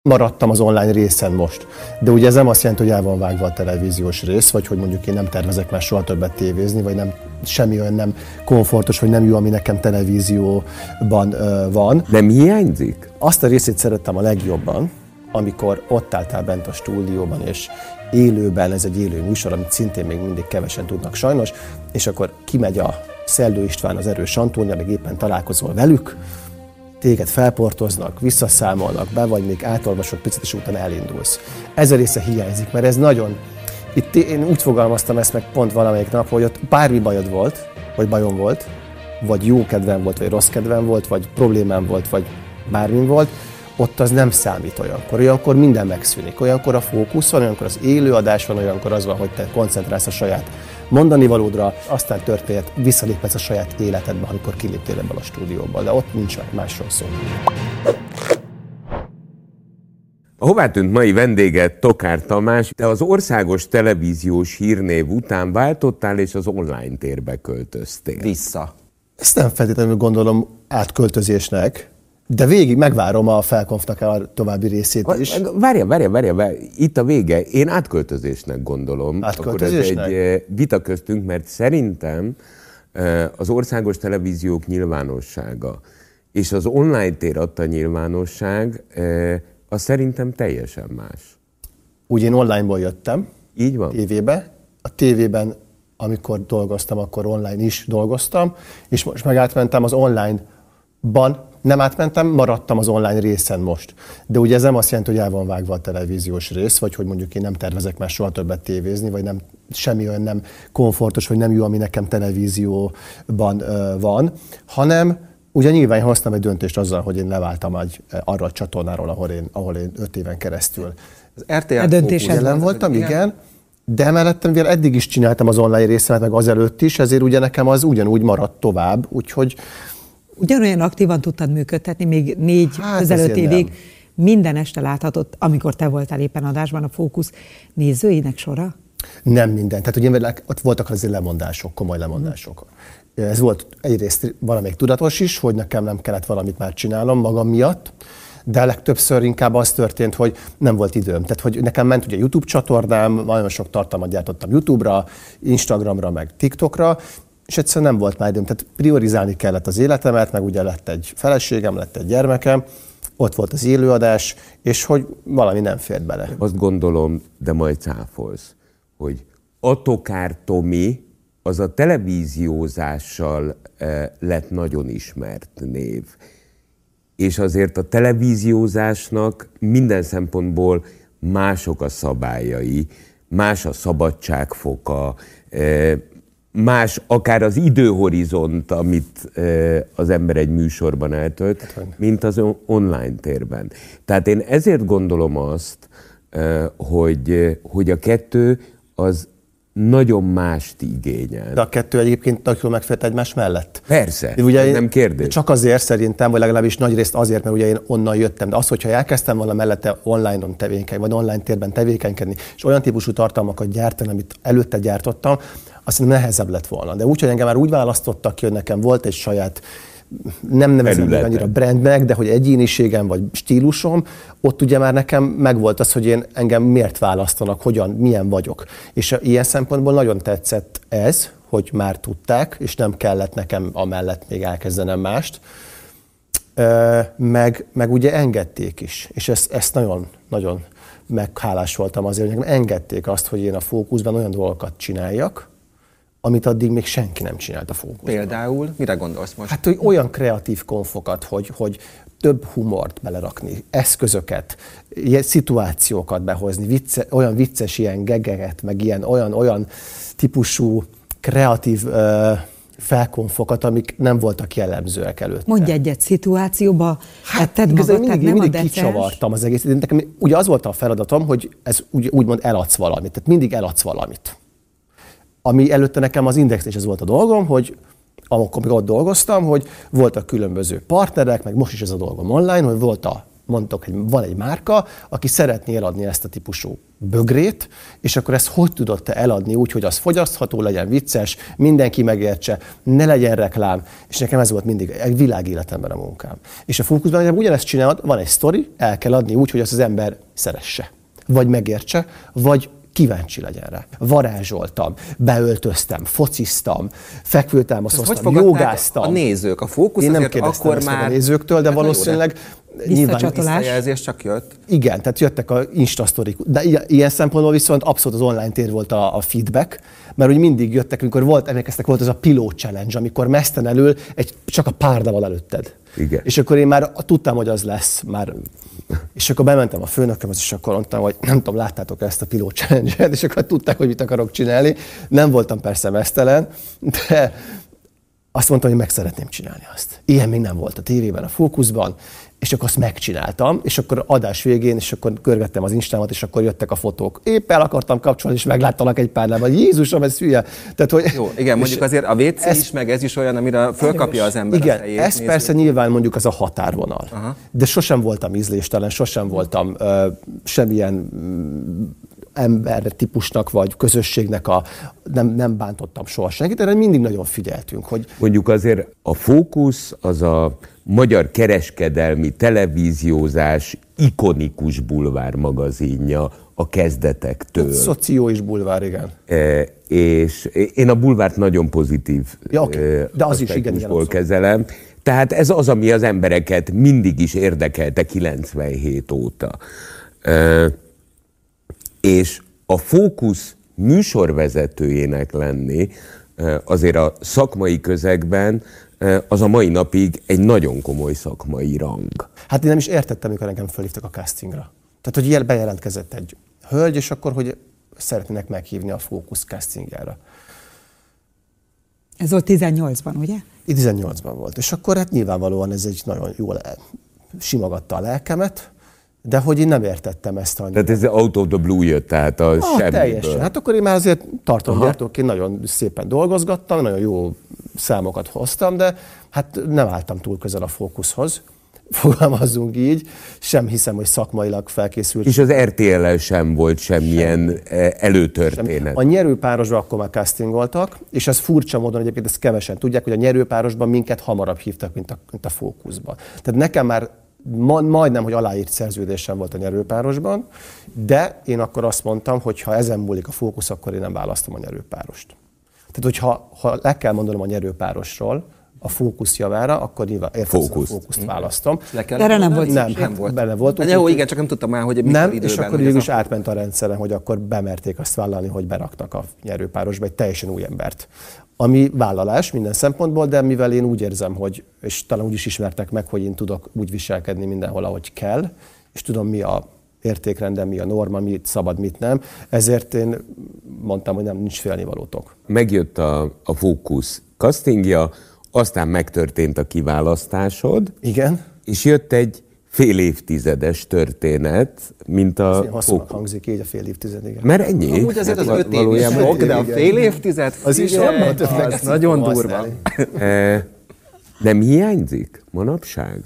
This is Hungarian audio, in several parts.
Maradtam az online részen most, de ugye ez nem azt jelenti, hogy el van vágva a televíziós rész, vagy hogy mondjuk én nem tervezek már soha többet tévézni, vagy nem, semmi olyan nem komfortos, vagy nem jó, ami nekem televízióban van. Nem hiányzik? Azt a részét szerettem a legjobban, amikor ott álltál bent a stúdióban, és élőben, ez egy élő műsor, amit szintén még mindig kevesen tudnak sajnos, és akkor kimegy a Szellő István, az Erős Antónia, meg éppen találkozol velük, téged felportoznak, visszaszámolnak, be vagy még átolvasod picit, és utána elindulsz. Ez a része hiányzik, mert ez nagyon... Itt én úgy fogalmaztam ezt meg pont valamelyik nap, hogy ott bármi bajod volt, vagy bajom volt, vagy jó kedvem volt, vagy rossz kedvem volt, vagy problémám volt, vagy bármi volt, ott az nem számít olyankor. Olyankor minden megszűnik. Olyankor a fókusz van, olyankor az élőadás van, olyankor az van, hogy te koncentrálsz a saját mondani valódra, aztán történet, visszaléphetsz a saját életedbe, amikor kiléptél ebből a stúdióból, de ott nincs másról szó. A hová tűnt mai vendége Tokár Tamás, te az országos televíziós hírnév után váltottál, és az online térbe költöztél. Vissza. Ezt nem feltétlenül gondolom átköltözésnek, de végig megvárom a Felkonfnak a további részét is. Várja, itt a vége. Én átköltözésnek gondolom. Átköltözésnek? Akkor ez egy vita köztünk, mert szerintem az országos televíziók nyilvánossága és az online tér adta nyilvánosság, az szerintem teljesen más. Úgy én onlineból jöttem. Így van. Tévébe. A tévében, amikor dolgoztam, akkor online is dolgoztam, és most meg átmentem az online-ban, nem átmentem, maradtam az online részen most. De ugye ez nem azt jelenti, hogy el van vágva a televíziós rész, vagy hogy mondjuk én nem tervezek már soha többet tévézni, vagy nem, semmi olyan nem komfortos, vagy nem jó, ami nekem televízióban van, hanem ugye nyilván hoztam egy döntést azzal, hogy én leváltam arra a csatornáról, ahol én 5 éven keresztül az RTL jelen voltam, igen. De mellettem mivel eddig is csináltam az online részemet, meg azelőtt is, ezért ugye nekem az ugyanúgy maradt tovább, úgyhogy... Ugyanolyan aktívan tudtad működtetni, még 4 közel 5 évig minden este láthatott, amikor te voltál éppen adásban, a Fókusz nézőinek sora? Nem minden. Tehát ugye ott voltak azért lemondások, komoly lemondások. Ez volt egyrészt valamelyik tudatos is, hogy nekem nem kellett valamit már csinálnom magam miatt, de legtöbbször inkább az történt, hogy nem volt időm. Tehát, hogy nekem ment ugye YouTube csatornám, nagyon sok tartalmat gyártottam YouTube-ra, Instagramra, meg TikTokra, és egyszerűen nem volt már időm. Tehát priorizálni kellett az életemet, meg ugye lett egy feleségem, lett egy gyermekem, ott volt az élőadás, és hogy valami nem fért bele. Azt gondolom, de majd cáfolsz, hogy a Tokár Tomi az a televíziózással lett nagyon ismert név. És azért a televíziózásnak minden szempontból mások a szabályai, más a szabadságfoka, más akár az időhorizont, amit az ember egy műsorban eltölt, mint az online térben. Tehát én ezért gondolom azt, hogy a kettő az nagyon mást igényel. De a kettő egyébként nagyon megfelelt egymás mellett. Persze, ugye nem kérdés. Csak azért szerintem, vagy legalábbis nagy részt azért, mert ugye én onnan jöttem. De az, hogyha elkezdtem volna mellette online-on tevékenykedni, vagy online térben tevékenykedni, és olyan típusú tartalmakat gyártani, amit előtte gyártottam, azt nehezebb lett volna. De úgy, hogy engem már úgy választottak ki, hogy nekem volt egy saját, nem nevezem még annyira brandnek, de hogy egyéniségem vagy stílusom, ott ugye már nekem megvolt az, hogy engem miért választanak, hogyan, milyen vagyok. És ilyen szempontból nagyon tetszett ez, hogy már tudták, és nem kellett nekem amellett még elkezdenem mást. Meg ugye engedték is, és ezt nagyon, nagyon meghálás voltam azért, hogy nekem engedték azt, hogy én a Fókuszban olyan dolgokat csináljak, amit addig még senki nem csinált a Fókuszban. Például? Mire gondolsz most? Hát, hogy olyan kreatív konfokat, hogy több humort belerakni, eszközöket, ilyen szituációkat behozni, olyan vicces ilyen gegeket, meg ilyen olyan típusú kreatív felkonfokat, amik nem voltak jellemzőek előtte. Mondj egyet szituációba, tetted magad, tehát nem mindig kicsavartam az egész. Nekem ugye az volt a feladatom, hogy ez úgymond eladsz valamit, tehát mindig eladsz valamit. Ami előtte nekem az Indexnél is ez volt a dolgom, hogy amikor ott dolgoztam, hogy voltak különböző partnerek, meg most is ez a dolgom online, hogy volt a mondtok, hogy van egy márka, aki szeretné eladni ezt a típusú bögrét, és akkor ezt hogy tudod te eladni úgy, hogy az fogyasztható legyen, vicces, mindenki megértse, ne legyen reklám, és nekem ez volt mindig egy világéletemben a munkám. És a Fókuszban ugyanezt csinálod, van egy sztori, el kell adni úgy, hogy azt az ember szeresse, vagy megértse, vagy kíváncsi legyen rá. Varázsoltam, beöltöztem, fociztam, fekvőtámaszoztam, jogáztam. A nézők, a Fókusz én nem azért akkor ezt már... a nézőktől, de hát valószínűleg nyilván visszajelzés csak jött. Igen, tehát jöttek a Insta-sztorik. De ilyen szempontból viszont abszolút az online tér volt a feedback, mert úgy mindig jöttek, amikor emlékeztek, volt az a pilót challenge, amikor meszten elől csak a párda van előtted. Igen. És akkor én már tudtam, hogy az lesz már. És akkor bementem a főnökömhez, és akkor mondtam, hogy nem tudom, láttátok ezt a pilót challenge-et, és akkor tudták, hogy mit akarok csinálni. Nem voltam persze mesztelen, de azt mondtam, hogy meg szeretném csinálni azt. Ilyen még nem volt a tévében, a Fókuszban, és akkor azt megcsináltam, és akkor adás végén, és akkor körgettem az Instámat, és akkor jöttek a fotók. Épp el akartam kapcsolni, és megláttalak egy párnál, hogy Jézusom, ez hülye. Tehát, hogy, jó, igen, mondjuk azért a WC is, meg ez is olyan, amire fölkapja az ember igen, a fejét. ez persze nyilván mondjuk az a határvonal. Aha. De sosem voltam ízléstelen, sosem voltam semmilyen ember típusnak, vagy közösségnek nem bántottam soha senkit, erre mindig nagyon figyeltünk. Hogy... Mondjuk azért a Fókusz az a magyar kereskedelmi televíziózás ikonikus bulvármagazinja a kezdetektől. Szoció is bulvár, igen. És én a bulvárt nagyon pozitív de az is igen, kezelem. Tehát ez az, ami az embereket mindig is érdekelte 97 óta. És a Fókusz műsorvezetőjének lenni azért a szakmai közegben az a mai napig egy nagyon komoly szakmai rang. Hát én nem is értettem, amikor engem fölhívtak a castingra. Tehát, hogy ilyen bejelentkezett egy hölgy, és akkor, hogy szeretnének meghívni a Fókusz castingjára. Ez volt 18-ban, ugye? 18-ban volt. És akkor hát nyilvánvalóan ez egy nagyon jól simogatta a lelkemet, de hogy én nem értettem ezt annyira. Tehát ez out of the blue jött, tehát a semmiből. Teljesen. Hát akkor én már azért tartalomgyártóként nagyon szépen dolgozgattam, nagyon jó számokat hoztam, de hát nem álltam túl közel a Fókuszhoz. Fogalmazzunk így, sem hiszem, hogy szakmailag felkészült. És az RTL-el sem volt semmilyen előtörténet. A nyerőpárosban akkor már castingoltak, és ez furcsa módon egyébként ezt kevesen tudják, hogy a nyerőpárosban minket hamarabb hívtak, mint a Fókuszban. Tehát nekem már majdnem, hogy aláírt szerződésem volt a nyerőpárosban, de én akkor azt mondtam, hogy ha ezen múlik a Fókusz, akkor én nem választom a nyerőpárost. Tehát, hogyha le kell mondanom a nyerőpárosról, a Fókusz javára, akkor nyilván értem, a Fókuszt választom. Erre nem volt. Nem volt. Benne volt. Jó, igen, csak nem tudtam már, hogy mikor nem, időben. és akkor végül is átment a rendszeren, hogy akkor bemerték azt vállalni, hogy beraktak a nyerőpárosba egy teljesen új embert. Ami vállalás minden szempontból, de mivel én úgy érzem, hogy, és talán úgy is ismertek meg, hogy én tudok úgy viselkedni mindenhol, ahogy kell, és tudom, mi a értékrendem, mi a norma, mit szabad, mit nem, ezért én mondtam, hogy nincs félnivalótok. Megjött a Fókusz castingja, aztán megtörtént a kiválasztásod. Igen. És jött egy fél évtizedes történet, mint a Fókusz. Hosszúnak hangzik így a fél évtized, igen. Mert ennyi? Amúgy azért az 5 év is sok, de a fél évtized, az is az nagyon durva. Nem hiányzik manapság?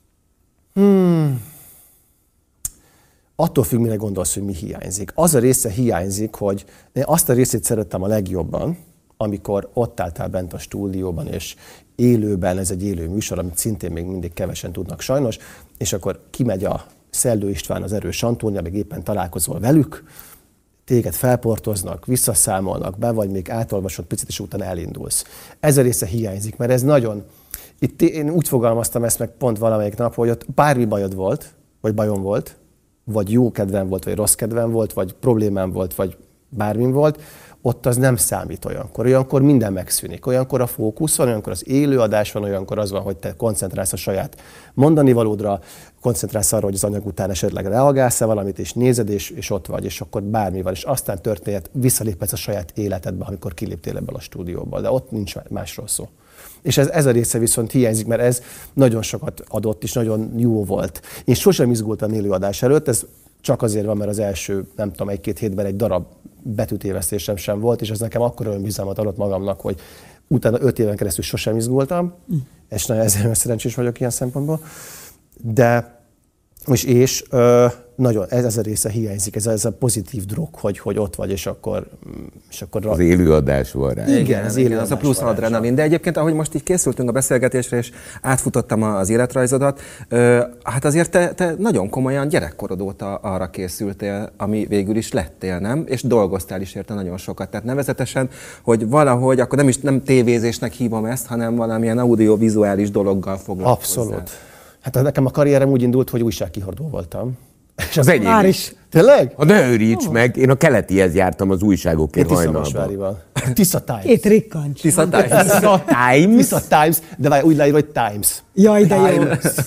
Attól függ, mire gondolsz, hogy mi hiányzik. Az a része hiányzik, hogy én azt a részét szerettem a legjobban, amikor ott álltál bent a stúdióban, és élőben, ez egy élő műsor, amit szintén még mindig kevesen tudnak sajnos, és akkor kimegy a Szellő István, az Erős Antónia, meg éppen találkozol velük, téged felportoznak, visszaszámolnak be, vagy még átolvasod picit, és utána elindulsz. Ez a része hiányzik, mert ez nagyon... Itt én úgy fogalmaztam ezt meg pont valamelyik nap, hogy ott bármi bajod volt, vagy bajom volt, vagy jó kedvem volt, vagy rossz kedvem volt, vagy problémám volt, vagy bármim volt, ott az nem számít olyankor. Olyankor minden megszűnik. Olyankor a fókusz van, olyankor az élőadás van, olyankor az van, hogy te koncentrálsz a saját mondani valódra, koncentrálsz arra, hogy az anyag után esetleg reagálsz-e valamit, és nézed, és ott vagy, és akkor bármi van. És aztán történhet, visszaléphetsz a saját életedbe, amikor kiléptél ebből a stúdióból. De ott nincs másról szó. És ez a része viszont hiányzik, mert ez nagyon sokat adott, és nagyon jó volt. Én sosem izgultam élőadás előtt, ez csak azért van, mert az első, nem tudom, 1-2 hétben egy darab betűtévesztésem sem volt, és ez nekem akkora önbizalmat adott magamnak, hogy utána 5 éven keresztül sosem izgultam, és nagyon ezért szerencsés vagyok ilyen szempontból. De És nagyon ez a része hiányzik, ez a pozitív drog, hogy ott vagy, és akkor az élőadás van rá. Igen, az a plusz adrenalin. De egyébként, ahogy most így készültünk a beszélgetésre, és átfutottam az életrajzodat, hát azért te nagyon komolyan gyerekkorod óta arra készültél, ami végül is lettél, nem? És dolgoztál is érte nagyon sokat. Tehát nevezetesen, hogy valahogy, akkor nem tévézésnek hívom ezt, hanem valamilyen audiovizuális dologgal foglalkozzál. Abszolút. Hát nekem a karrierem úgy indult, hogy újságkihordó voltam. És az enyém Már is. is. Tényleg? Ha ne őríts meg, én a Keletihez jártam az újságokért hajnalban. Tisza Times. Két rikkancs. Tisza Times. Tisza Times, de várj, úgy leírva, hogy Times. Jaj, de jó.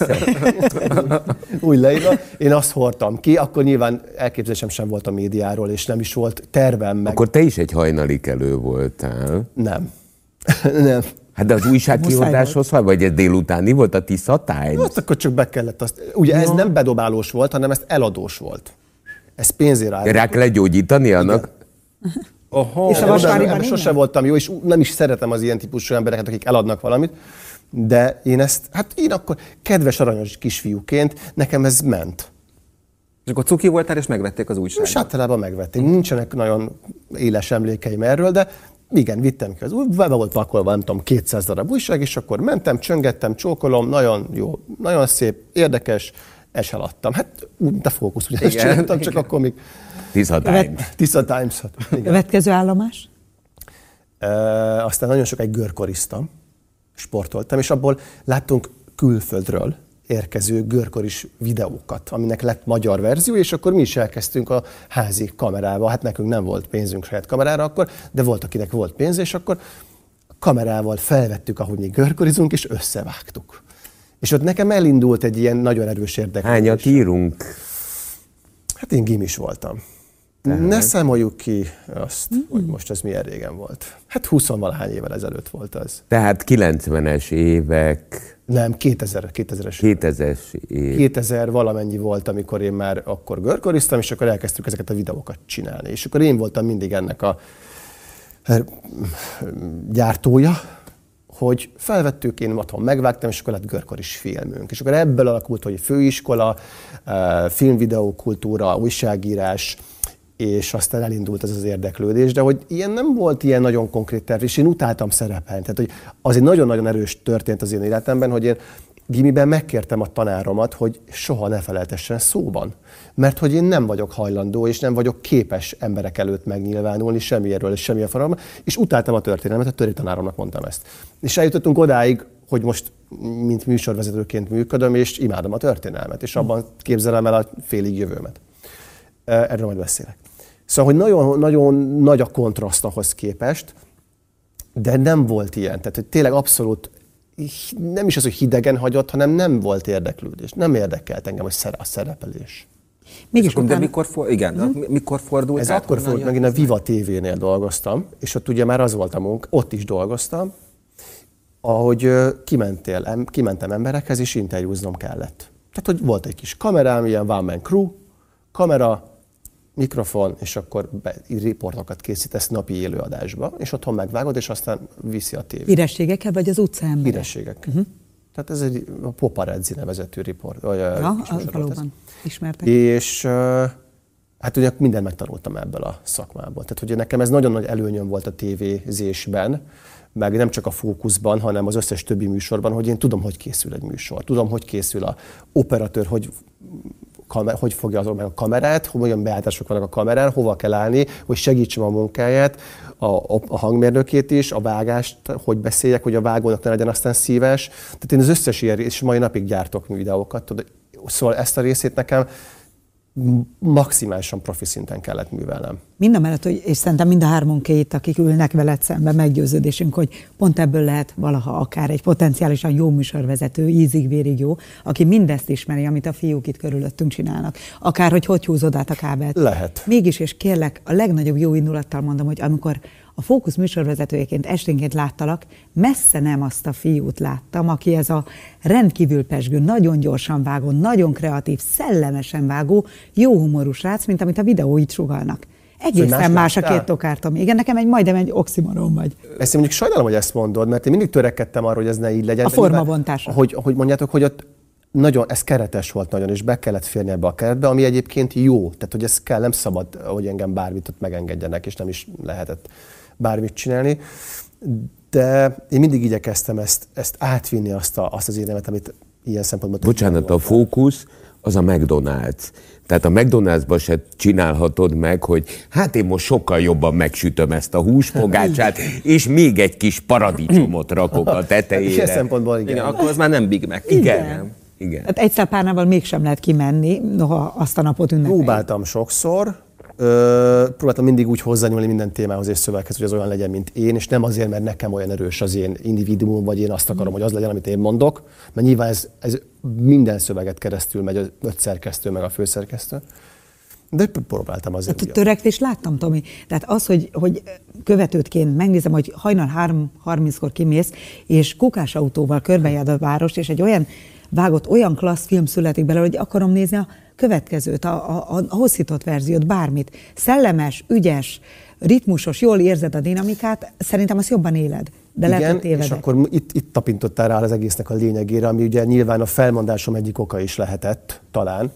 Úgy leírva. Én azt hordtam ki, akkor nyilván elképzelésem sem volt a médiáról, és nem is volt tervem meg. Akkor te is egy hajnali kelő voltál. Nem. Nem. Hát de az újságkiadáshoz vagy ez délutáni volt a Tisza Times? Hát akkor csak be kellett azt. Ugye ez nem bedobálós volt, hanem ez eladós volt. Ez pénzért állt. Rá kellett gyógyítani annak? És a Vasváriban sosem voltam jó, és nem is szeretem az ilyen típusú embereket, akik eladnak valamit. De én akkor kedves aranyos kisfiúként, nekem ez ment. És akkor cuki voltál, és megvették az újságot. És általában megvették. Nincsenek nagyon éles emlékeim erről, de igen, vittem ki az be volt pakolva, nem tudom, 200 darab újság, és akkor mentem, csöngettem, csókolom, nagyon jó, nagyon szép, érdekes, és eladtam. Hát úgy, mint a Fókusz, ugye ezt csináltam, csak akkor még... Tisza Times. Tisza Times. Következő állomás? Aztán nagyon sokáig görkoriztam, sportoltam, és abból láttunk külföldről érkező görkoris videókat, aminek lett magyar verzió, és akkor mi is elkezdtünk a házi kamerával. Hát nekünk nem volt pénzünk saját kamerára akkor, de volt, akinek volt pénz, és akkor kamerával felvettük, ahogy mi görkorizunk, és összevágtuk. És ott nekem elindult egy ilyen nagyon erős érdeklődés. Hányat írunk? Hát én gimis voltam. Ne számoljuk ki azt, hogy most ez milyen régen volt. Hát 20-valahány évvel ezelőtt volt az. Tehát 90-es évek... Nem, 2000-es. 2000-es év. 2000 valamennyi volt, amikor én már akkor görkoriztam, és akkor elkezdtük ezeket a videókat csinálni. És akkor én voltam mindig ennek a gyártója, hogy felvettük, én otthon megvágtam, és akkor lett görkoris filmünk. És akkor ebből alakult, hogy főiskola, filmvideókultúra, újságírás, és aztán elindult ez az érdeklődés, de hogy ilyen nem volt ilyen nagyon konkrét terv, és én utáltam szerepelni. Tehát, hogy az egy nagyon-nagyon erős történt az én életemben, hogy én gimiben megkértem a tanáromat, hogy soha ne feleltessen szóban. Mert hogy én nem vagyok hajlandó, és nem vagyok képes emberek előtt megnyilvánulni semmilyenről és semmilyen formában, és utáltam a történelmet, a törvénytanáromnak mondtam ezt. És eljutottunk odáig, hogy most mint műsorvezetőként működöm, és imádom a történelmet, és abban képzelem el a félig jövőmet. Erről majd beszélek. Szóval, hogy nagyon, nagyon nagy a kontraszt ahhoz képest, de nem volt ilyen. Tehát, hogy tényleg abszolút nem is az, hogy hidegen hagyott, hanem nem volt érdeklődés. Nem érdekelt engem a szerepelés. Mégis de mikor fordult? Ez akkor fordult meg, én a Viva TV-nél dolgoztam, és ott ugye már az volt a munka, ott is dolgoztam, ahogy kimentem emberekhez, és interjúznom kellett. Tehát, hogy volt egy kis kamerám, ilyen one man crew, kamera, mikrofon, és akkor riportokat készítesz napi élőadásba, és otthon megvágod, és aztán viszi a tévé. Hírességekkel, vagy az utca emberek? Hírességek. Tehát ez egy a Paparazzi nevezetű riport. Valóban ismertek. És hát ugye mindent megtanultam ebből a szakmából. Tehát ugye nekem ez nagyon nagy előnyöm volt a tévézésben, meg nem csak a Fókuszban, hanem az összes többi műsorban, hogy én tudom, hogy készül egy műsor. Tudom, hogy készül a operatőr, hogy fogja meg a kamerát, hogyan beállítások vannak a kamerán, hova kell állni, hogy segítsem a munkáját, a hangmérnökét is, a vágást, hogy beszéljek, hogy a vágónak ne legyen aztán szíves. Tehát én az összes ilyen, és mai napig gyártok videókat. Szóval ezt a részét nekem maximálisan profi szinten kellett művelnem. Mindamellett, hogy, és szerintem mind a hármunkét, akik ülnek veled szemben, meggyőződésünk, hogy pont ebből lehet valaha akár egy potenciálisan jó műsorvezető, ízig-vérig jó, aki mindezt ismeri, amit a fiúk itt körülöttünk csinálnak. Akár, hogy húzod át a kábelt. Lehet. Mégis, és kérlek, a legnagyobb jó indulattal mondom, hogy amikor a Fókusz műsorvezetőjeként esténként láttalak, messze nem azt a fiút láttam, aki ez a rendkívül pezsgő, nagyon gyorsan vágó, nagyon kreatív, szellemesen vágó, jó humorú srác, mint amit a videóit sugallnak. Egészen más a két tokártom. Igen, nekem majdnem egy oximoron vagy. Ezt én mondjuk sajnálom, hogy ezt mondod, mert én mindig törekedtem arra, hogy ez ne így legyen. A formavontása. Hogy mondjátok, hogy ott nagyon, ez keretes volt nagyon, és be kellett férni ebbe a keretbe, ami egyébként jó. Tehát, hogy ez kell, nem szabad, hogy engem bármit ott megengedjenek, és nem is lehetett bármit csinálni. De én mindig igyekeztem ezt átvinni, azt az énemet, amit ilyen szempontból... Bocsánat, a fókusz az a McDonald's. Tehát a McDonald'sban se csinálhatod meg, hogy hát én most sokkal jobban megsütöm ezt a húspogácsát, és még egy kis paradicsomot rakok a tetejére. Ilyen szempontból igen. Igen, akkor az már nem Big Mac. Igen. Igen. Hát egy szelpárnával mégsem lehet kimenni, noha azt a napot ünnepeljük. Próbáltam sokszor, próbáltam mindig úgy hozzányúlni minden témához és szöveghez, hogy az olyan legyen, mint én, és nem azért, mert nekem olyan erős az én individuum, vagy én azt akarom, hogy az legyen, amit én mondok, mert nyilván ez minden szöveget keresztül megy, az 5 szerkesztő, meg a főszerkesztő. De próbáltam azért. Hát a törekvést láttam, Tomi. Tehát az, hogy követődként megnézem, hogy hajnal 3:30-kor kimész, és kukásautóval körbejárd a várost, és egy olyan vágott, olyan klassz film születik belőle, hogy akarom nézni a következőt, a hosszított verziót, bármit. Szellemes, ügyes, ritmusos, jól érzed a dinamikát, szerintem azt jobban éled. De lehet, hogy tévedek. És akkor itt tapintottál rá az egésznek a lényegére, ami ugye nyilván a felmondásom egyik oka is lehetett talán,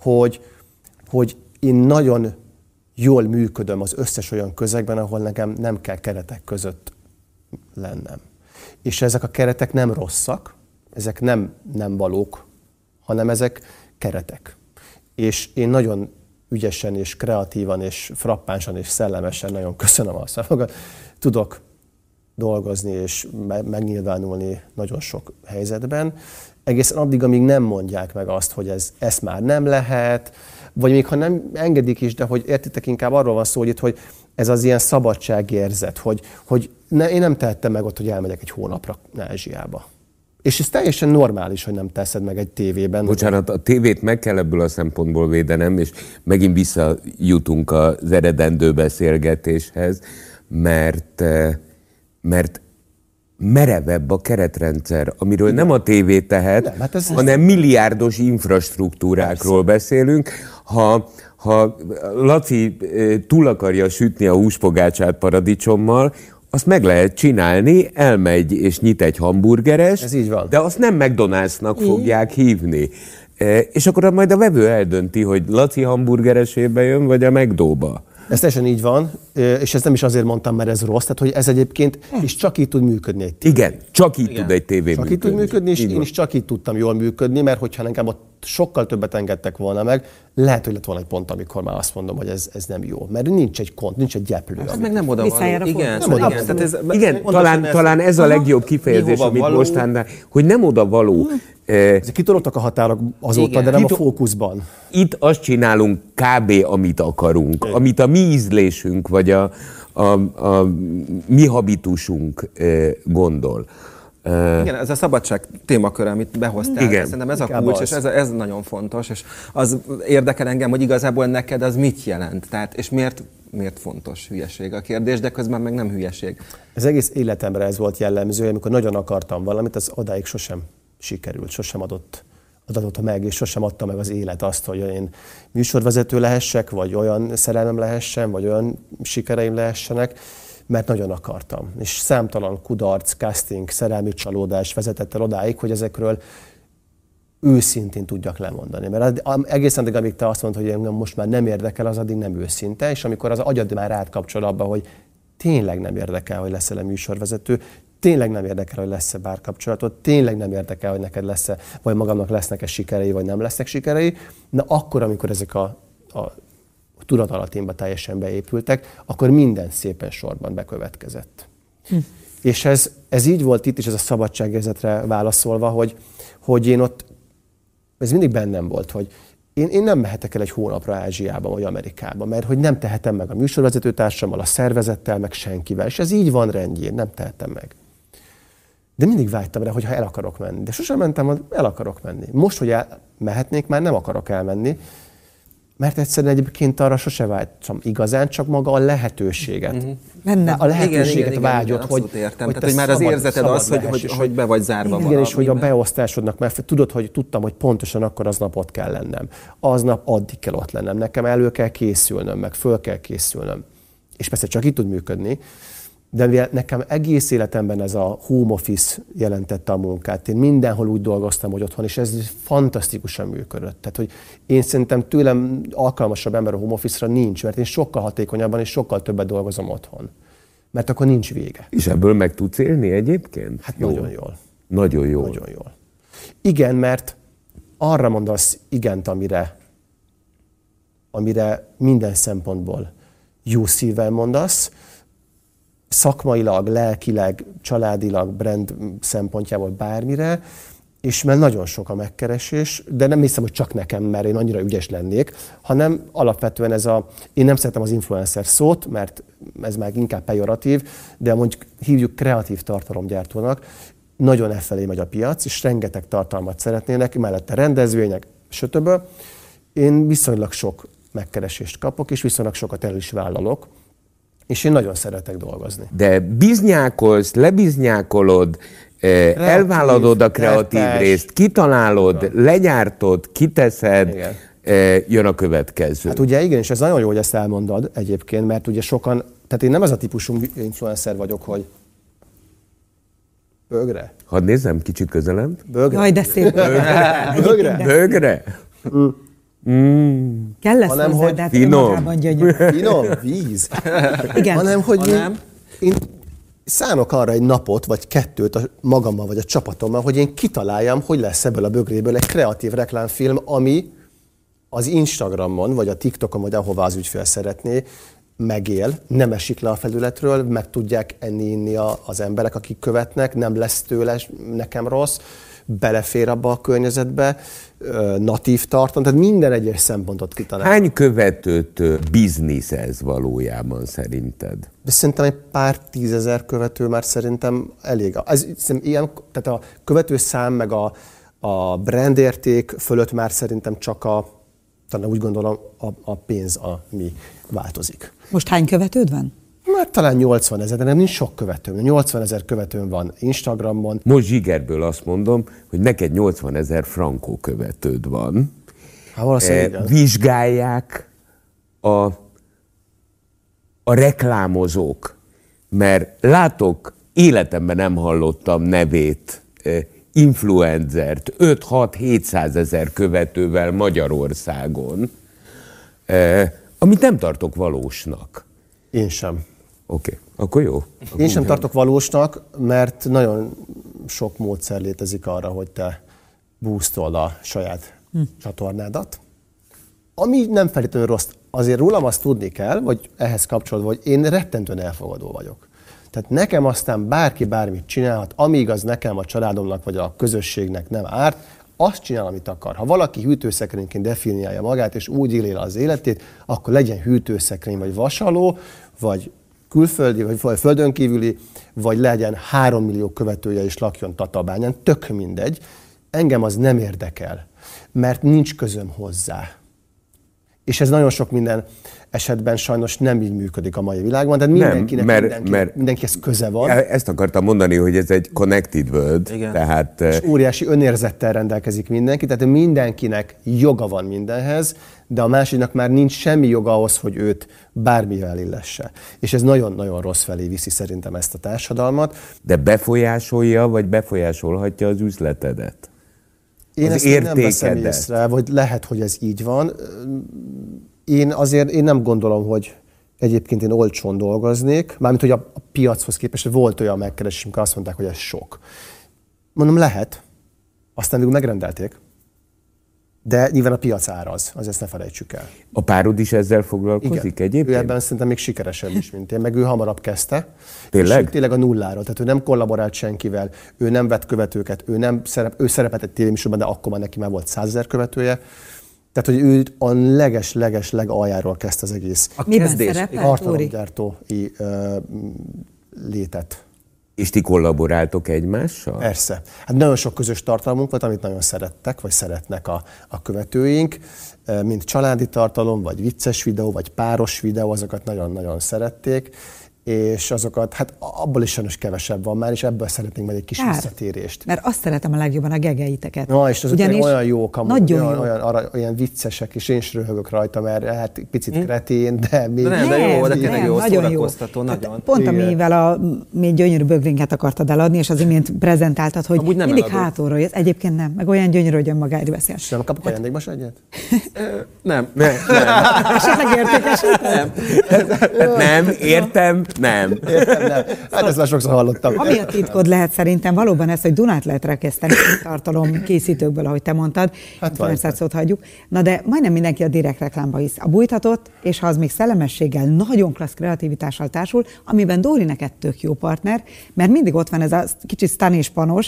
hogy én nagyon jól működöm az összes olyan közegben, ahol nekem nem kell keretek között lennem. És ezek a keretek nem rosszak, ezek nem valók, hanem ezek keretek. És én nagyon ügyesen és kreatívan és frappánsan és szellemesen, nagyon köszönöm a szavakat, tudok dolgozni és megnyilvánulni nagyon sok helyzetben. Egészen addig, amíg nem mondják meg azt, hogy ez már nem lehet, vagy még ha nem engedik is, de hogy értitek, inkább arról van szó, hogy ez az ilyen szabadságérzet, hogy én nem tehettem meg ott, hogy elmegyek egy hónapra Ázsiába. És ez teljesen normális, hogy nem teszed meg egy tévében. Bocsánat, a tévét meg kell ebből a szempontból védenem, és megint visszajutunk az eredendő beszélgetéshez, mert merevebb a keretrendszer, amiről nem a tévé tehet, hanem milliárdos infrastruktúrákról beszélünk. Ha Laci túl akarja sütni a húspogácsát paradicsommal, azt meg lehet csinálni, elmegy és nyit egy hamburgeres, ez így van. De azt nem McDonald'snak fogják hívni. És akkor majd a vevő eldönti, hogy Laci hamburgeresébe jön, vagy a McDo-ba. Ez teljesen így van, és ezt nem is azért mondtam, mert ez rossz, tehát hogy ez egyébként is csak így tud működni egy tévé. Igen, csak így tud egy tévé csak működni. Csak így tud működni, és én is csak így tudtam jól működni, mert hogyha nekem ott sokkal többet engedtek volna meg, lehet, hogy lett volna egy pont, amikor már azt mondom, hogy ez nem jó. Mert nincs egy kont, nincs egy gyeplő. Ez meg nem oda való. Igen, talán ez a legjobb kifejezés, amit mostán, hogy nem oda való. Kitolódtak a határok azóta, igen, de nem a fókuszban. Itt azt csinálunk kb. Amit akarunk, amit a mi ízlésünk, vagy a mi habitusunk gondol. Igen, ez a szabadság témakör, amit behoztál. Igen. Szerintem ez a kulcs, és ez nagyon fontos, és az érdekel engem, hogy igazából neked az mit jelent, tehát, és miért fontos hülyeség a kérdés, de közben meg nem hülyeség. Az egész életemre ez volt jellemző, amikor nagyon akartam valamit, az odáig sosem sikerült, sosem adott meg, és sosem adta meg az élet azt, hogy én műsorvezető lehessek, vagy olyan szerelmem lehessen, vagy olyan sikereim lehessenek, mert nagyon akartam. És számtalan kudarc, casting, szerelmi csalódás vezetett el odáig, hogy ezekről őszintén tudjak lemondani. Mert egészen addig, amíg te azt mondod, hogy engem most már nem érdekel, az addig nem őszinte, és amikor az agyad már átkapcsol abba, hogy tényleg nem érdekel, hogy leszel-e műsorvezető, tényleg nem érdekel, hogy lesz-e párkapcsolatod, tényleg nem érdekel, hogy neked lesz-e, vagy magamnak lesznek-e sikerei, vagy nem lesznek sikerei, de akkor, amikor ezek a tudatalattimba teljesen beépültek, akkor minden szépen sorban bekövetkezett. És ez így volt itt is, ez a szabadságérzetre válaszolva, hogy én ott, ez mindig bennem volt, hogy én nem mehetek el egy hónapra Ázsiába vagy Amerikába, mert hogy nem tehetem meg a műsorvezetőtársammal, a szervezettel, meg senkivel. És ez így van rendjén, nem tehetem meg. De mindig vágytam rá, hogyha el akarok menni. De sosem mentem, el akarok menni. Most, hogy mehetnék, már nem akarok elmenni, mert egyszerűen egyébként arra sose vágytam igazán, csak maga a lehetőséget. A lehetőséget igen, vágyott, hogy tehát, hogy már az érzeted az, hogy be vagy zárva igen, és hogy a beosztásodnak, mert tudtam, hogy pontosan akkor aznap ott kell lennem. Aznap addig kell ott lennem. Nekem elő kell készülnöm, meg föl kell készülnöm. És persze csak így tud működni, De mivel nekem egész életemben ez a home office jelentette a munkát. Én mindenhol úgy dolgoztam, hogy otthon, és ez fantasztikusan működött. Tehát, hogy én szerintem tőlem alkalmasabb ember a home office-ra nincs, mert én sokkal hatékonyabban és sokkal többet dolgozom otthon. Mert akkor nincs vége. És ebből meg tudsz élni egyébként? Hát jól. Nagyon jól. Nagyon jól. Nagyon jól. Igen, mert arra mondasz igent, amire minden szempontból jó szívvel mondasz, szakmailag, lelkileg, családilag, brand szempontjából bármire, és mert nagyon sok a megkeresés, de nem hiszem, hogy csak nekem, mert én annyira ügyes lennék, hanem alapvetően én nem szeretem az influencer szót, mert ez már inkább pejoratív, de mondjuk hívjuk kreatív tartalomgyártónak, nagyon efelé megy a piac, és rengeteg tartalmat szeretnének, mellette rendezvények, stb. Én viszonylag sok megkeresést kapok, és viszonylag sokat el is vállalok, és én nagyon szeretek dolgozni. De biznyákolsz, lebiznyákolod, elvállalod a kreatív részt, kitalálod, legyártod, kiteszed, jön a következő. Hát ugye igen, és ez nagyon jó, hogy ezt elmondod egyébként, mert ugye sokan, tehát én nem az a típusú influencer vagyok, hogy bögre. Hadd nézzem kicsit közelebb. Bögre. Jaj, de szép. Bögre. Bögre. Kell lesz Hanem, hozzá, hogy de hát finom. önmagában gyönyörű. Finom, víz. Igen. Hanem, hogy én szánok arra egy napot, vagy kettőt magammal, vagy a csapatommal, hogy én kitaláljam, hogy lesz ebből a bögréből egy kreatív reklámfilm, ami az Instagramon, vagy a TikTokon, vagy ahová az ügyfél szeretné, megél, nem esik le a felületről, meg tudják enni-inni az emberek, akik követnek, nem lesz tőle nekem rossz, belefér abba a környezetbe, natív tartom, tehát minden egyes szempontot kitalál. Hány követőtől biznisz ez valójában szerinted? De szerintem egy pár tízezer követő már szerintem elég. Ilyen, tehát a követőszám meg a brandérték fölött már szerintem csak talán úgy gondolom a pénz, ami változik. Most hány követőd van? Már talán 80 000, de nem nincs sok követőm. 80 000 követőm van Instagramon. Most zsigerből azt mondom, hogy neked 80 000 frankó követőd van. Hát valószínűleg Vizsgálják a reklámozók, mert látok, életemben nem hallottam nevét, influencert, 5-6-700 000 követővel Magyarországon, amit nem tartok valósnak. Én sem. Oké, akkor jó. Én sem tartok valósnak, mert nagyon sok módszer létezik arra, hogy te boostold a saját csatornádat. Ami nem feltétlenül rossz. Azért rólam azt tudni kell, vagy ehhez kapcsolódva, hogy én rettentően elfogadó vagyok. Tehát nekem aztán bárki bármit csinálhat, amíg az nekem, a családomnak, vagy a közösségnek nem árt, azt csinál, amit akar. Ha valaki hűtőszekrényként definiálja magát, és úgy éli az életét, akkor legyen hűtőszekrény, vagy vasaló, vagy külföldi, vagy földön kívüli, vagy legyen 3 millió követője és lakjon Tatabányán, tök mindegy. Engem az nem érdekel, mert nincs közöm hozzá. És ez nagyon sok minden esetben sajnos nem így működik a mai világban, de mindenkihez köze van. Ezt akartam mondani, hogy ez egy connected world. Igen. Tehát, és óriási önérzettel rendelkezik mindenki, tehát mindenkinek joga van mindenhez, de a másiknak már nincs semmi joga ahhoz, hogy őt bármivel illesse. És ez nagyon-nagyon rossz felé viszi szerintem ezt a társadalmat. de befolyásolja, vagy befolyásolhatja az üzletedet? Én az ezt nem veszem értékedet. észre, vagy lehet, hogy ez így van. Én nem gondolom, hogy egyébként én olcsón dolgoznék, mármint, hogy a piachoz képest volt olyan megkeresés, amikor azt mondták, hogy ez sok. Mondom, lehet, aztán végül megrendelték, de nyilván a piac áraz, ezt ne felejtsük el. A párod is ezzel foglalkozik Igen. egyébként? Ő ebben szerintem még sikeresebb is, mint én, meg ő hamarabb kezdte. Tényleg? És tényleg a nulláról, tehát ő nem kollaborált senkivel, ő nem vett követőket, ő szerepelt egy tévéműsorban, de akkor már neki már volt 100 000 követője. Tehát, hogy ő a leges legaljáról kezdte az egész Miben szerepel, tartalomgyártói létet. És ti kollaboráltok egymással? Persze. Hát nagyon sok közös tartalmunk volt, amit nagyon szerettek, vagy szeretnek a követőink, mint családi tartalom, vagy vicces videó, vagy páros videó, azokat nagyon-nagyon szerették, és azokat, hát abból is sajnos kevesebb van már, és ebből szeretnénk majd egy kis visszatérést. Mert azt szeretem a legjobban, a gegeiteket. Na, és azok olyan jók, olyan viccesek, és én is röhögök rajta, mert hát picit kretén, de még... De jó, de tényleg jó, szórakoztató, nagyon. Pont amivel mi gyönyörű bögrinket akartad eladni, és az imént prezentáltad, hogy mindig hátulról jössz. Egyébként nem, meg olyan gyönyörű, hogy önmagáért beszél. És nem kapok ajándékba se egyet? Nem. Esetleg értékesítem? Nem, értem, nem. Hát ezt már sokszor hallottam. Ami a titkod lehet szerintem valóban ez, hogy Dunát lehet rekeszteni tartalom készítőkből, ahogy te mondtad. Hát persze szót hagyjuk. Na de majdnem mindenki a direkt reklámba hisz. A bújtatott, és ha az még szellemességgel, nagyon klassz kreativitással társul, amiben Dóri neked tök jó partner, mert mindig ott van ez a kicsit sztán és panos,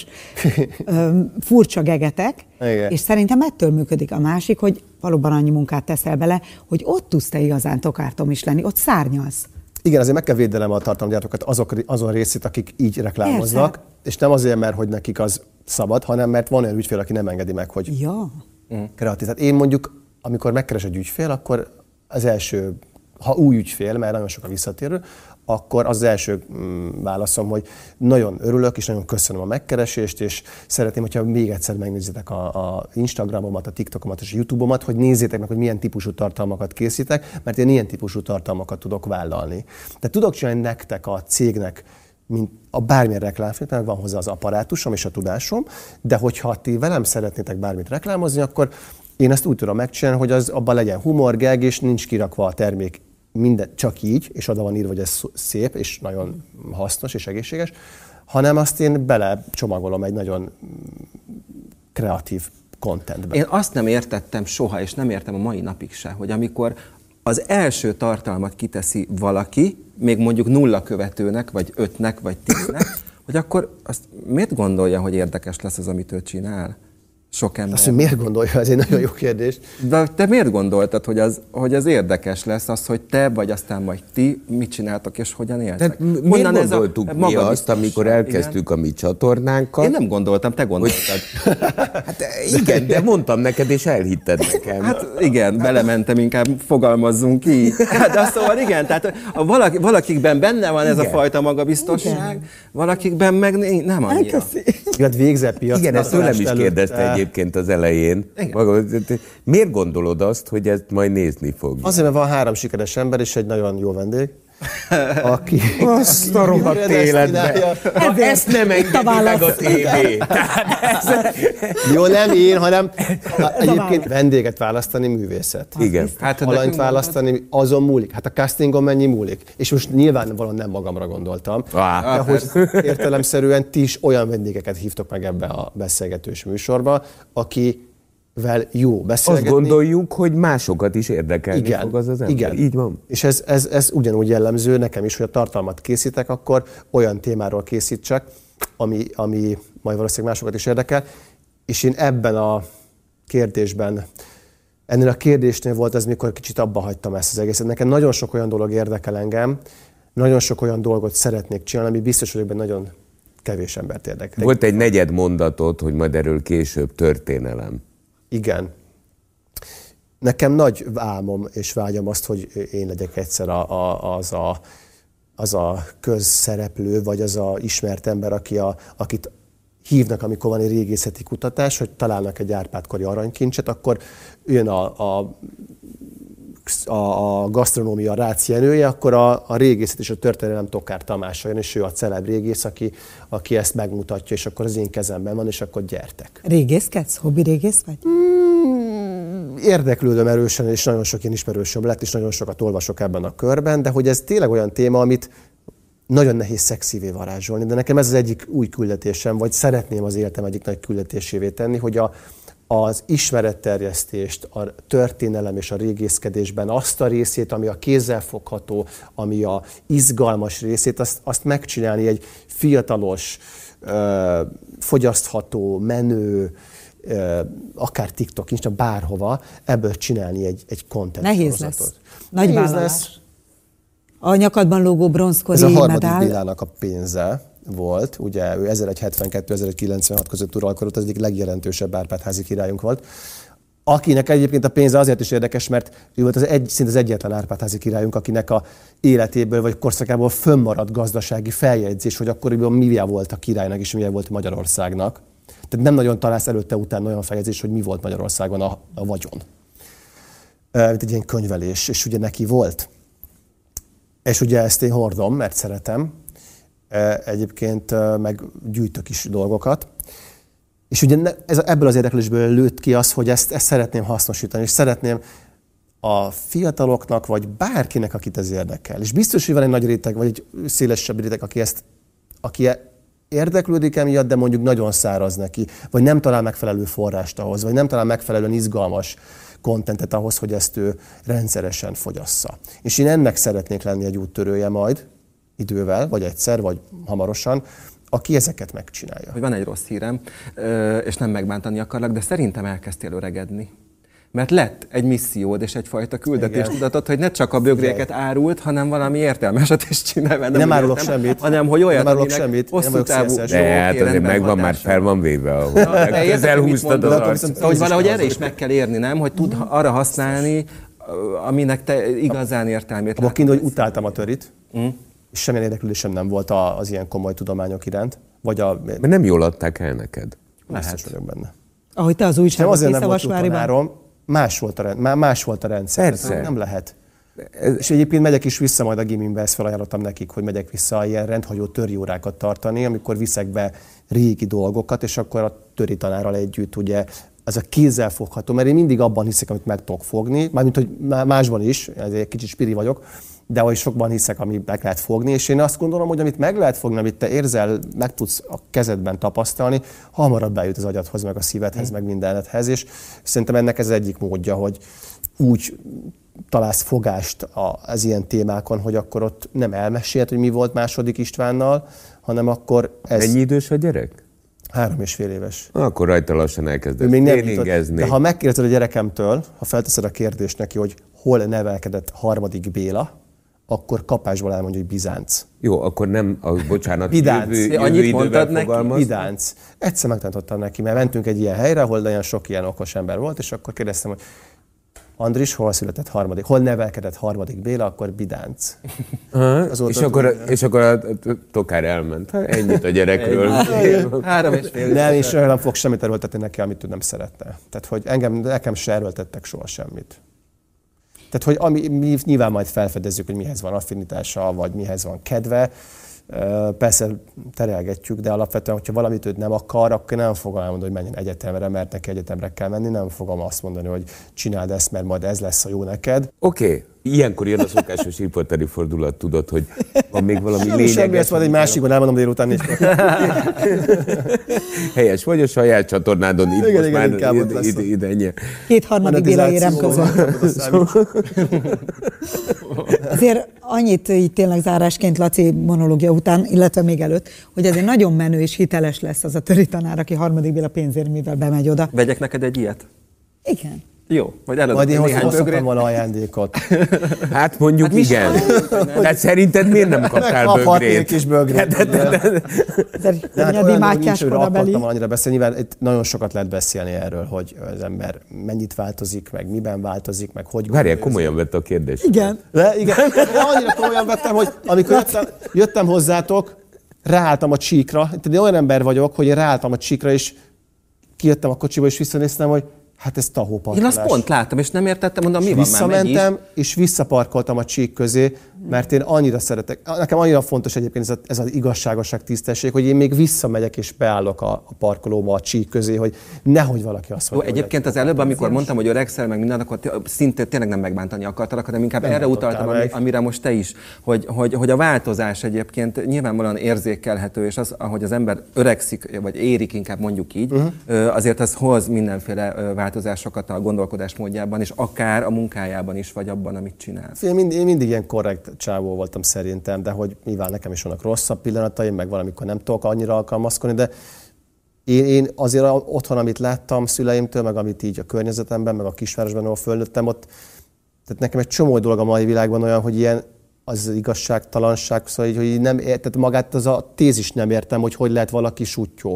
furcsa gegetek, igen. És szerintem ettől működik a másik, hogy valóban annyi munkát teszel bele, hogy ott tudsz te igazán tokártom is lenni, ott szárnyalsz. Igen, azért meg kell védelem a tartalomgyártókat azon részét, akik így reklámoznak, persze. És nem azért, mert hogy nekik az szabad, hanem mert van olyan ügyfél, aki nem engedi meg, hogy kreatív. Tehát én mondjuk, amikor megkeres egy ügyfél, akkor az első, ha új ügyfél, mert nagyon sok a visszatérő, akkor az első válaszom, hogy nagyon örülök, és nagyon köszönöm a megkeresést, és szeretném, hogyha még egyszer megnézzétek a Instagramomat, a TikTokomat és a YouTube-omat, hogy nézzétek meg, hogy milyen típusú tartalmakat készítek, mert én ilyen típusú tartalmakat tudok vállalni. Tehát tudok csinálni nektek, a cégnek, mint a bármilyen reklámfilm, mert van hozzá az apparátusom és a tudásom, de hogyha ti velem szeretnétek bármit reklámozni, akkor én ezt úgy tudom megcsinálni, hogy az abban legyen humor, gag, és nincs kirakva a termék minden, csak így, és oda van írva, hogy ez szép, és nagyon hasznos és egészséges, hanem azt én belecsomagolom egy nagyon kreatív contentbe. Én azt nem értettem soha, és nem értem a mai napig se, hogy amikor az első tartalmat kiteszi valaki, még mondjuk 0 követőnek, vagy 5-nek, vagy 10-nek, hogy akkor azt miért gondolja, hogy érdekes lesz az, amit ő csinál? Sok ember. Azt, hogy miért gondolja, ez egy nagyon jó kérdés. De te miért gondoltad, hogy az érdekes lesz az, hogy te, vagy aztán majd ti mit csináltok, és hogyan éltek? Miért gondoltuk mi azt, amikor elkezdtük a mi csatornánkat? Én nem gondoltam, te gondoltad. Hát igen, de mondtam neked, és elhitted nekem. Hát igen, belementem, inkább fogalmazzunk ki. De szóval igen, tehát valakikben benne van ez a fajta magabiztosság, valakikben meg nem annyira. Hát végzett piac. Igen, ezt tőlem is kérdezte egyébként az elején. Miért gondolod azt, hogy ezt majd nézni fog? Azért, mert van 3 sikeres ember és egy nagyon jó vendég, aki... Azt a rohadt életbe. Ezt nem engedi meg a tévé. Jó, nem én, hanem egyébként vendéget választani művészet. Igen. Hát alanyt választani, azon múlik. Hát a castingon mennyi múlik. És most nyilvánvalóan nem magamra gondoltam. De hogy értelemszerűen ti is olyan vendégeket hívtok meg ebbe a beszélgetős műsorba, akivel jó beszélgetni. Azt gondoljuk, hogy másokat is érdekelni fog az ember. Igen. Így van. És ez ugyanúgy jellemző nekem is, hogy a tartalmat készítek, akkor olyan témáról készítsek, ami majd valószínűleg másokat is érdekel. És én ebben a kérdésben, ennél a kérdésnél volt ez, mikor kicsit abba hagytam ezt az egészet. Nekem nagyon sok olyan dolog érdekel engem, nagyon sok olyan dolgot szeretnék csinálni, ami biztos vagyok benne nagyon kevés embert érdekel. Volt egy negyed mondatod, hogy majd erről később történelem. Igen. Nekem nagy álmom és vágyam azt, hogy én legyek egyszer az a közszereplő, vagy az a ismert ember, akit hívnak, amikor van egy régészeti kutatás, hogy találnak egy Árpád-kori aranykincset, akkor jön a gasztronómia rácjenője, akkor a régészet és a történelem Tokár Tamás jön, és ő a celeb régész, aki ezt megmutatja, és akkor az én kezemben van, és akkor gyertek. Régészkedsz? Hobbi régész vagy? Érdeklődöm erősen, és nagyon sok ilyen ismerősöm lett, és nagyon sokat olvasok ebben a körben, de hogy ez tényleg olyan téma, amit nagyon nehéz szexívé varázsolni, de nekem ez az egyik új küldetésem, vagy szeretném az életem egyik nagy küldetésévé tenni, hogy az ismeretterjesztést, a történelem és a régészkedésben azt a részét, ami a kézzelfogható, ami a izgalmas részét, azt megcsinálni egy fiatalos, fogyasztható, menő, akár TikTok, nincs, bárhova, ebből csinálni egy content Nehéz sorozatot. Lesz. Nagy vállalás. A nyakadban lógó bronzkori medál. Ez a medál. harmadik Bélának a pénze volt, ugye ő 1172-1196 között uralkodott, az egyik legjelentősebb Árpád-házi királyunk volt. akinek egyébként a pénze azért is érdekes, mert ő volt szinte az egyetlen Árpád-házi királyunk, akinek a életéből vagy korszakából fönnmaradt gazdasági feljegyzés, hogy akkoriban milyen volt a királynak és milyen volt Magyarországnak. Tehát nem nagyon találsz előtte-utána olyan feljegyzés, hogy mi volt Magyarországon a vagyon. Mint egy ilyen könyvelés, és ugye neki volt. És ugye ezt én hordom, mert szeretem. Egyébként meg gyűjtök is dolgokat. És ugye ebből az érdeklésből lőtt ki az, hogy ezt szeretném hasznosítani, és szeretném a fiataloknak, vagy bárkinek, akit ez érdekel. És biztos, hogy van egy nagy réteg, vagy egy szélesebb réteg, aki érdeklődik emiatt, de mondjuk nagyon száraz neki, vagy nem talál megfelelő forrást ahhoz, vagy nem talál megfelelően izgalmas kontentet ahhoz, hogy ezt ő rendszeresen fogyassza. És én ennek szeretnék lenni egy úttörője majd, idővel, vagy egyszer, vagy hamarosan, aki ezeket megcsinálja. Hogy van egy rossz hírem, és nem megbántani akarlak, de szerintem elkezdtél öregedni. Mert lett egy missziód és egyfajta küldetéstudatot, hogy ne csak a bögréket árult, hanem valami értelmeset is csinál. Nem árulok semmit. Hanem, hogy olyat, aminek hosszú távú... De hát azért megvan, már fel van véve, ahol elhúztad az arcot. Hogy valahogy erre is meg kell érni, nem? Hogy tud arra használni, aminek te igazán értelmét látod. Abban hogy utáltam a törit, és semmilyen érdeklődésem nem volt az ilyen komoly tudományok iránt. Mert nem jól adták el neked. Biztos vagyok benne. Ahogy te az újságot Tiszavasváriban. Más volt a rendszer. Persze. Nem lehet. És egyébként megyek is vissza majd a gimimbe, ezt felajánlottam nekik, hogy megyek vissza ilyen rendhagyó töriórákat tartani, amikor viszek be régi dolgokat, és akkor a töri tanárral együtt ugye ez a kézzelfogható, mert én mindig abban hiszek, amit meg tudok fogni, mármint, hogy másban is, ezért egy kicsit spiri vagyok, de ahogy sokban hiszek, amit meg lehet fogni, és én azt gondolom, hogy amit meg lehet fogni, amit te érzel, meg tudsz a kezedben tapasztalni, hamarabb bejut az agyadhoz, meg a szívedhez, meg mindenedhez, és szerintem ennek ez egyik módja, hogy úgy találsz fogást az ilyen témákon, hogy akkor ott nem elmesélt, hogy mi volt második Istvánnal, hanem akkor ez... Mennyi idős a gyerek? 3,5 éves. Akkor rajta lassan elkezdesz tréningezni. De ha megkérdezed a gyerekemtől, ha felteszed a kérdést neki, hogy hol nevelkedett harmadik Béla, akkor kapásból elmondja, hogy Bizánc. Jó, akkor nem, bocsánat, Bidánc. Annyit mondtad neki? Bidánc. Egyszer megtanítottam neki, mert mentünk egy ilyen helyre, ahol nagyon sok ilyen okos ember volt, és akkor kérdeztem, hogy Andris, hol született harmadik, hol nevelkedett harmadik Béla, akkor Bidánc. És akkor a tokár elment. Ennyit a gyerekről. 3,5. Nem, és nem fog semmit erőltetni neki, amit ő nem szerette. Tehát, hogy nekem se erőltettek soha semmit. Tehát, hogy mi nyilván majd felfedezzük, hogy mihez van affinitása, vagy mihez van kedve. Persze terelgetjük, de alapvetően, hogyha valamit őt nem akar, akkor nem fogom elmondani, hogy menjen egyetemre, mert neki egyetemre kell menni. Nem fogom azt mondani, hogy csináld ezt, mert majd ez lesz a jó neked. Oké. Ilyenkor jön a szokásos riporteri fordulat, tudod, hogy van még valami lényeges. Semmi, ezt majd egy másikon elmondom délután is. Helyes vagy a saját csatornádon, itt igen, most már ide ennyi. 2/3 Béla érem között. Azért annyit így tényleg zárásként Laci monológia után, illetve még előtt, hogy azért nagyon menő és hiteles lesz az a töri tanár, aki harmadik Béla pénzérmével bemegy oda. Vegyek neked egy ilyet? Igen. Jó, vagy eladok majd én néhány bögrét. Volna ajándékot. Hát mondjuk hát igen. Tehát szerinted miért nem kaptál bögrét? Kaphatnék kis bögrét. De hát nincs, hogy akartam annyira beszélni, nyilván itt nagyon sokat lehet beszélni erről, hogy az ember mennyit változik, meg miben változik, meg hogy... Várjál, komolyan vette a kérdést. Igen. Igen. Annyira komolyan vettem, hogy amikor jöttem hozzátok, ráálltam a csíkra. Én olyan ember vagyok, hogy én ráálltam a csíkra, és kijöttem a kocsiba, és visszanéztem, hogy hát ez tahóparkolás. Én azt pont láttam, és nem értettem, mondom, mi van már visszamentem, és visszaparkoltam a csík közé, mert én annyira szeretek. Nekem annyira fontos egyébként ez az igazságosság, tisztesség, hogy én még visszamegyek és beállok a parkolóba a csík közé, hogy nehogy valaki azt mondja. Egyébként az előbb, amikor mondtam, hogy öregszel, meg minden, akkor szintén tényleg nem megbántani akartalak, hanem inkább nem erre utaltam, amire most te is, hogy a változás egyébként nyilvánvalóan érzékelhető, és az, ahogy az ember öregszik, vagy érik, inkább mondjuk így, azért az hoz mindenféle változásokat a gondolkodásmódjában, és akár a munkájában is, vagy abban, amit csinál. Én mindig ilyen korrekt csávó voltam szerintem, de hogy nyilván nekem is vannak rosszabb pillanataim, meg valamikor nem tudok annyira alkalmazkodni, de én azért otthon, amit láttam szüleimtől, meg amit így a környezetemben, meg a kisvárosban, ahol fölnőttem, ott, tehát nekem egy csomó dolog a mai világban olyan, hogy ilyen az igazságtalanság, szóval így, hogy nem tehát magát az a tézis nem értem, hogy lehet valaki suttyó.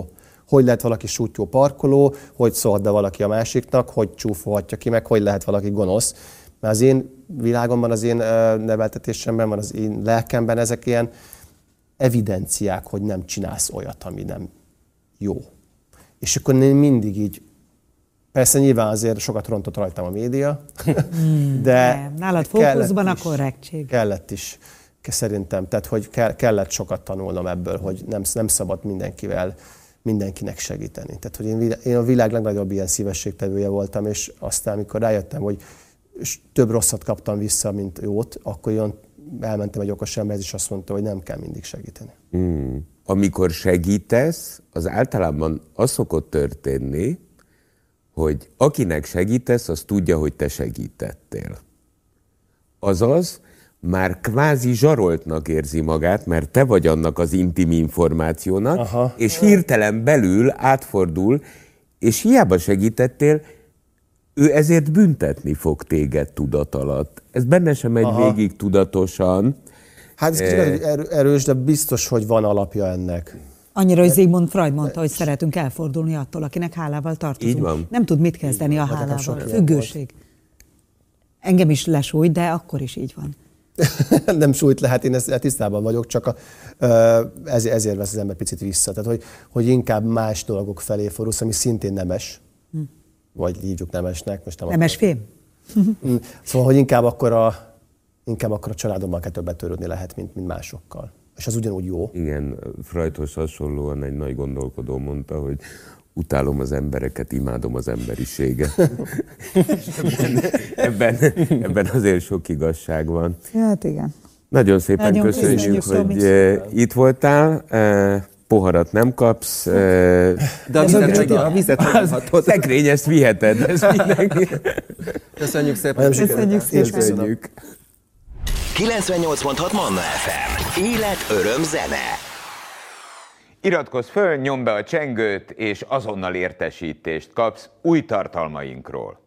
hogy lehet valaki sútyó parkoló, hogy szólhat be valaki a másiknak, hogy csúfolhatja ki, meg hogy lehet valaki gonosz. Mert az én világomban, az én neveltetésemben van, az én lelkemben ezek ilyen evidenciák, hogy nem csinálsz olyat, ami nem jó. És akkor én mindig így, persze nyilván azért sokat rontott rajtam a média, de nálad fókuszban a korrektség. Kellett is, szerintem. Tehát, hogy kellett sokat tanulnom ebből, hogy nem szabad mindenkinek segíteni. Tehát, hogy én a világ legnagyobb ilyen szívességtevője voltam, és aztán, amikor rájöttem, hogy több rosszat kaptam vissza, mint jót, akkor elmentem egy okos emberhez, és azt mondta, hogy nem kell mindig segíteni. Amikor segítesz, az általában az szokott történni, hogy akinek segítesz, az tudja, hogy te segítettél. Azaz, már kvázi zsaroltnak érzi magát, mert te vagy annak az intim információnak, és hirtelen belül átfordul, és hiába segítettél, ő ezért büntetni fog téged tudat alatt. Ez benne sem megy végig tudatosan. Hát ez kicsit erős, de biztos, hogy van alapja ennek. Annyira, hogy Sigmund Freud mondta, hogy szeretünk elfordulni attól, akinek hálával tartozunk. Így van. Nem tud mit kezdeni a hálával. Függőség. Engem is lesújt, de akkor is így van. Nem sújt lehet, én ezt tisztában vagyok, csak ezért vesz az ember picit vissza. Tehát, hogy inkább más dolgok felé fordulsz, ami szintén nemes, vagy hívjuk nemesnek. Most nemes fém? Szóval, hogy inkább akkor a családommal kell többet törődni lehet, mint másokkal. És az ugyanúgy jó. Igen, Freudhoz hasonlóan egy nagy gondolkodó mondta, hogy utálom az embereket, imádom az emberiséget. ebben azért sok igazság van. Hát igen. Nagyon szépen köszönjük, hogy itt voltál. Poharat nem kapsz. De a vizet meghatod. Szekrény, ezt viheted. Ez mindenki. Köszönjük szépen. Köszönjük. 98.6 Manna FM. Élet, öröm, zene. Iratkozz föl, nyomd be a csengőt, és azonnal értesítést kapsz új tartalmainkról.